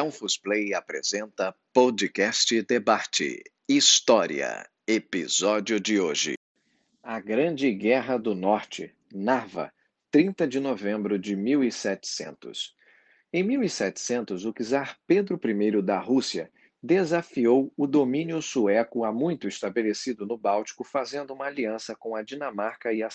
Delfos Play apresenta Podcast Debate História, episódio de hoje. A Grande Guerra do Norte, Narva, 30 de novembro de 1700. Em 1700, o czar Pedro I da Rússia desafiou o domínio sueco há muito estabelecido no Báltico, fazendo uma aliança com a Dinamarca e a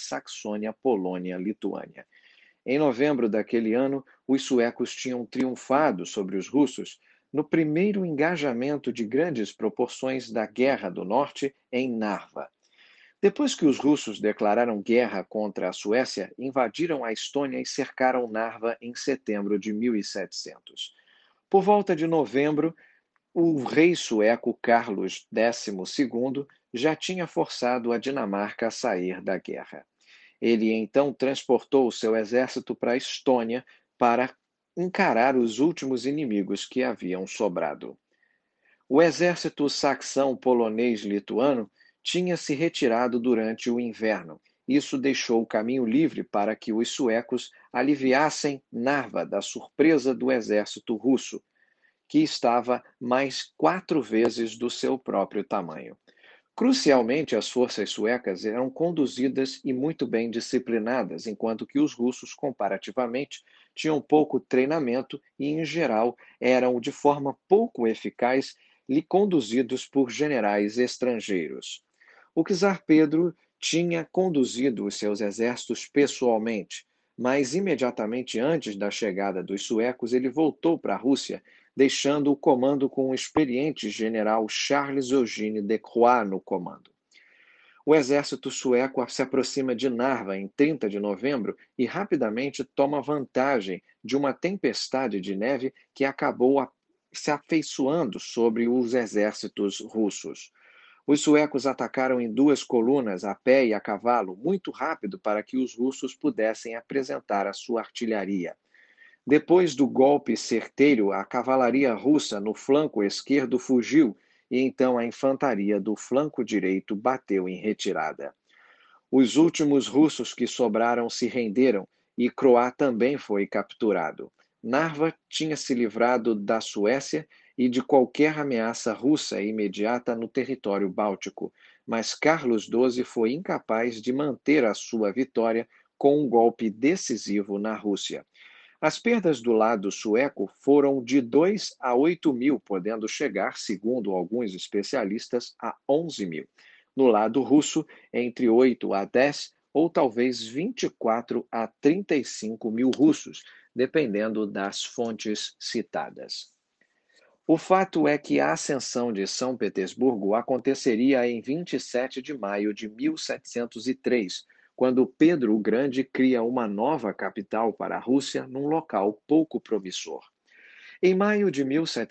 Saxônia-Polônia-Lituânia. Em novembro daquele ano, os suecos tinham triunfado sobre os russos no primeiro engajamento de grandes proporções da Guerra do Norte em Narva. Depois que os russos declararam guerra contra a Suécia, invadiram a Estônia e cercaram Narva em setembro de 1700. Por volta de novembro, o rei sueco Carlos XII já tinha forçado a Dinamarca a sair da guerra. Ele então transportou seu exército para a Estônia para encarar os últimos inimigos que haviam sobrado. O exército saxão-polonês-lituano tinha se retirado durante o inverno. Isso deixou o caminho livre para que os suecos aliviassem Narva da surpresa do exército russo, que estava mais 4 vezes do seu próprio tamanho. Crucialmente, as forças suecas eram conduzidas e muito bem disciplinadas, enquanto que os russos, comparativamente, tinham pouco treinamento e, em geral, eram de forma pouco eficaz conduzidos por generais estrangeiros. O czar Pedro tinha conduzido os seus exércitos pessoalmente, mas imediatamente antes da chegada dos suecos, ele voltou para a Rússia, deixando o comando com o experiente general Charles Eugène de Croix no comando. O exército sueco se aproxima de Narva em 30 de novembro e rapidamente toma vantagem de uma tempestade de neve que acabou se afeiçoando sobre os exércitos russos. Os suecos atacaram em 2 colunas, a pé e a cavalo, muito rápido para que os russos pudessem apresentar a sua artilharia. Depois do golpe certeiro, a cavalaria russa no flanco esquerdo fugiu e então a infantaria do flanco direito bateu em retirada. Os últimos russos que sobraram se renderam e Croix também foi capturado. Narva tinha se livrado da Suécia e de qualquer ameaça russa imediata no território báltico, mas Carlos XII foi incapaz de manter a sua vitória com um golpe decisivo na Rússia. As perdas do lado sueco foram de 2 a 8 mil, podendo chegar, segundo alguns especialistas, a 11 mil. No lado russo, entre 8 a 10 ou talvez 24 a 35 mil russos, dependendo das fontes citadas. O fato é que a ascensão de São Petersburgo aconteceria em 27 de maio de 1703, quando Pedro o Grande cria uma nova capital para a Rússia num local pouco promissor. Em maio de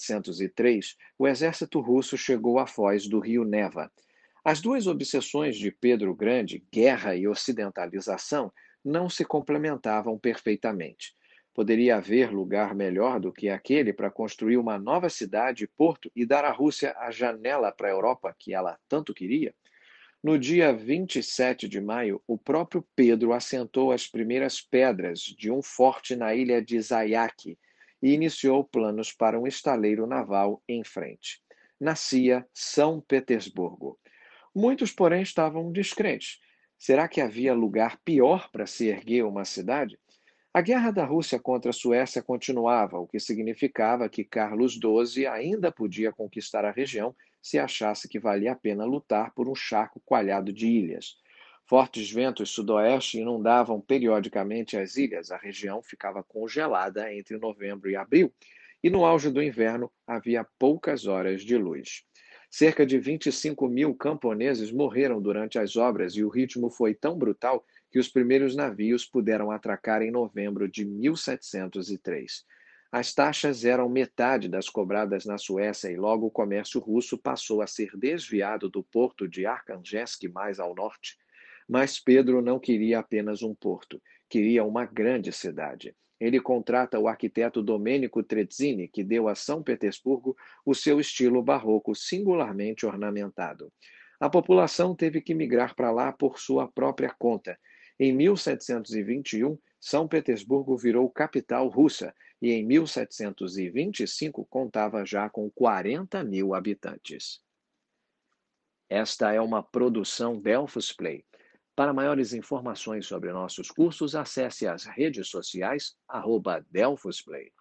1703, o exército russo chegou à foz do rio Neva. As duas obsessões de Pedro o Grande, guerra e ocidentalização, não se complementavam perfeitamente. Poderia haver lugar melhor do que aquele para construir uma nova cidade e porto e dar à Rússia a janela para a Europa que ela tanto queria? No dia 27 de maio, o próprio Pedro assentou as primeiras pedras de um forte na ilha de Zayak e iniciou planos para um estaleiro naval em frente. Nascia São Petersburgo. Muitos, porém, estavam descrentes. Será que havia lugar pior para se erguer uma cidade? A guerra da Rússia contra a Suécia continuava, o que significava que Carlos XII ainda podia conquistar a região se achasse que valia a pena lutar por um charco coalhado de ilhas. Fortes ventos sudoeste inundavam periodicamente as ilhas, a região ficava congelada entre novembro e abril, e no auge do inverno havia poucas horas de luz. Cerca de 25 mil camponeses morreram durante as obras e o ritmo foi tão brutal que os primeiros navios puderam atracar em novembro de 1703. As taxas eram metade das cobradas na Suécia e logo o comércio russo passou a ser desviado do porto de Arkhangelsk mais ao norte. Mas Pedro não queria apenas um porto, queria uma grande cidade. Ele contrata o arquiteto Domenico Trezzini, que deu a São Petersburgo o seu estilo barroco singularmente ornamentado. A população teve que migrar para lá por sua própria conta. Em 1721, São Petersburgo virou capital russa e em 1725 contava já com 40 mil habitantes. Esta é uma produção Delphos Play. Para maiores informações sobre nossos cursos, acesse as redes sociais @Delphos Play.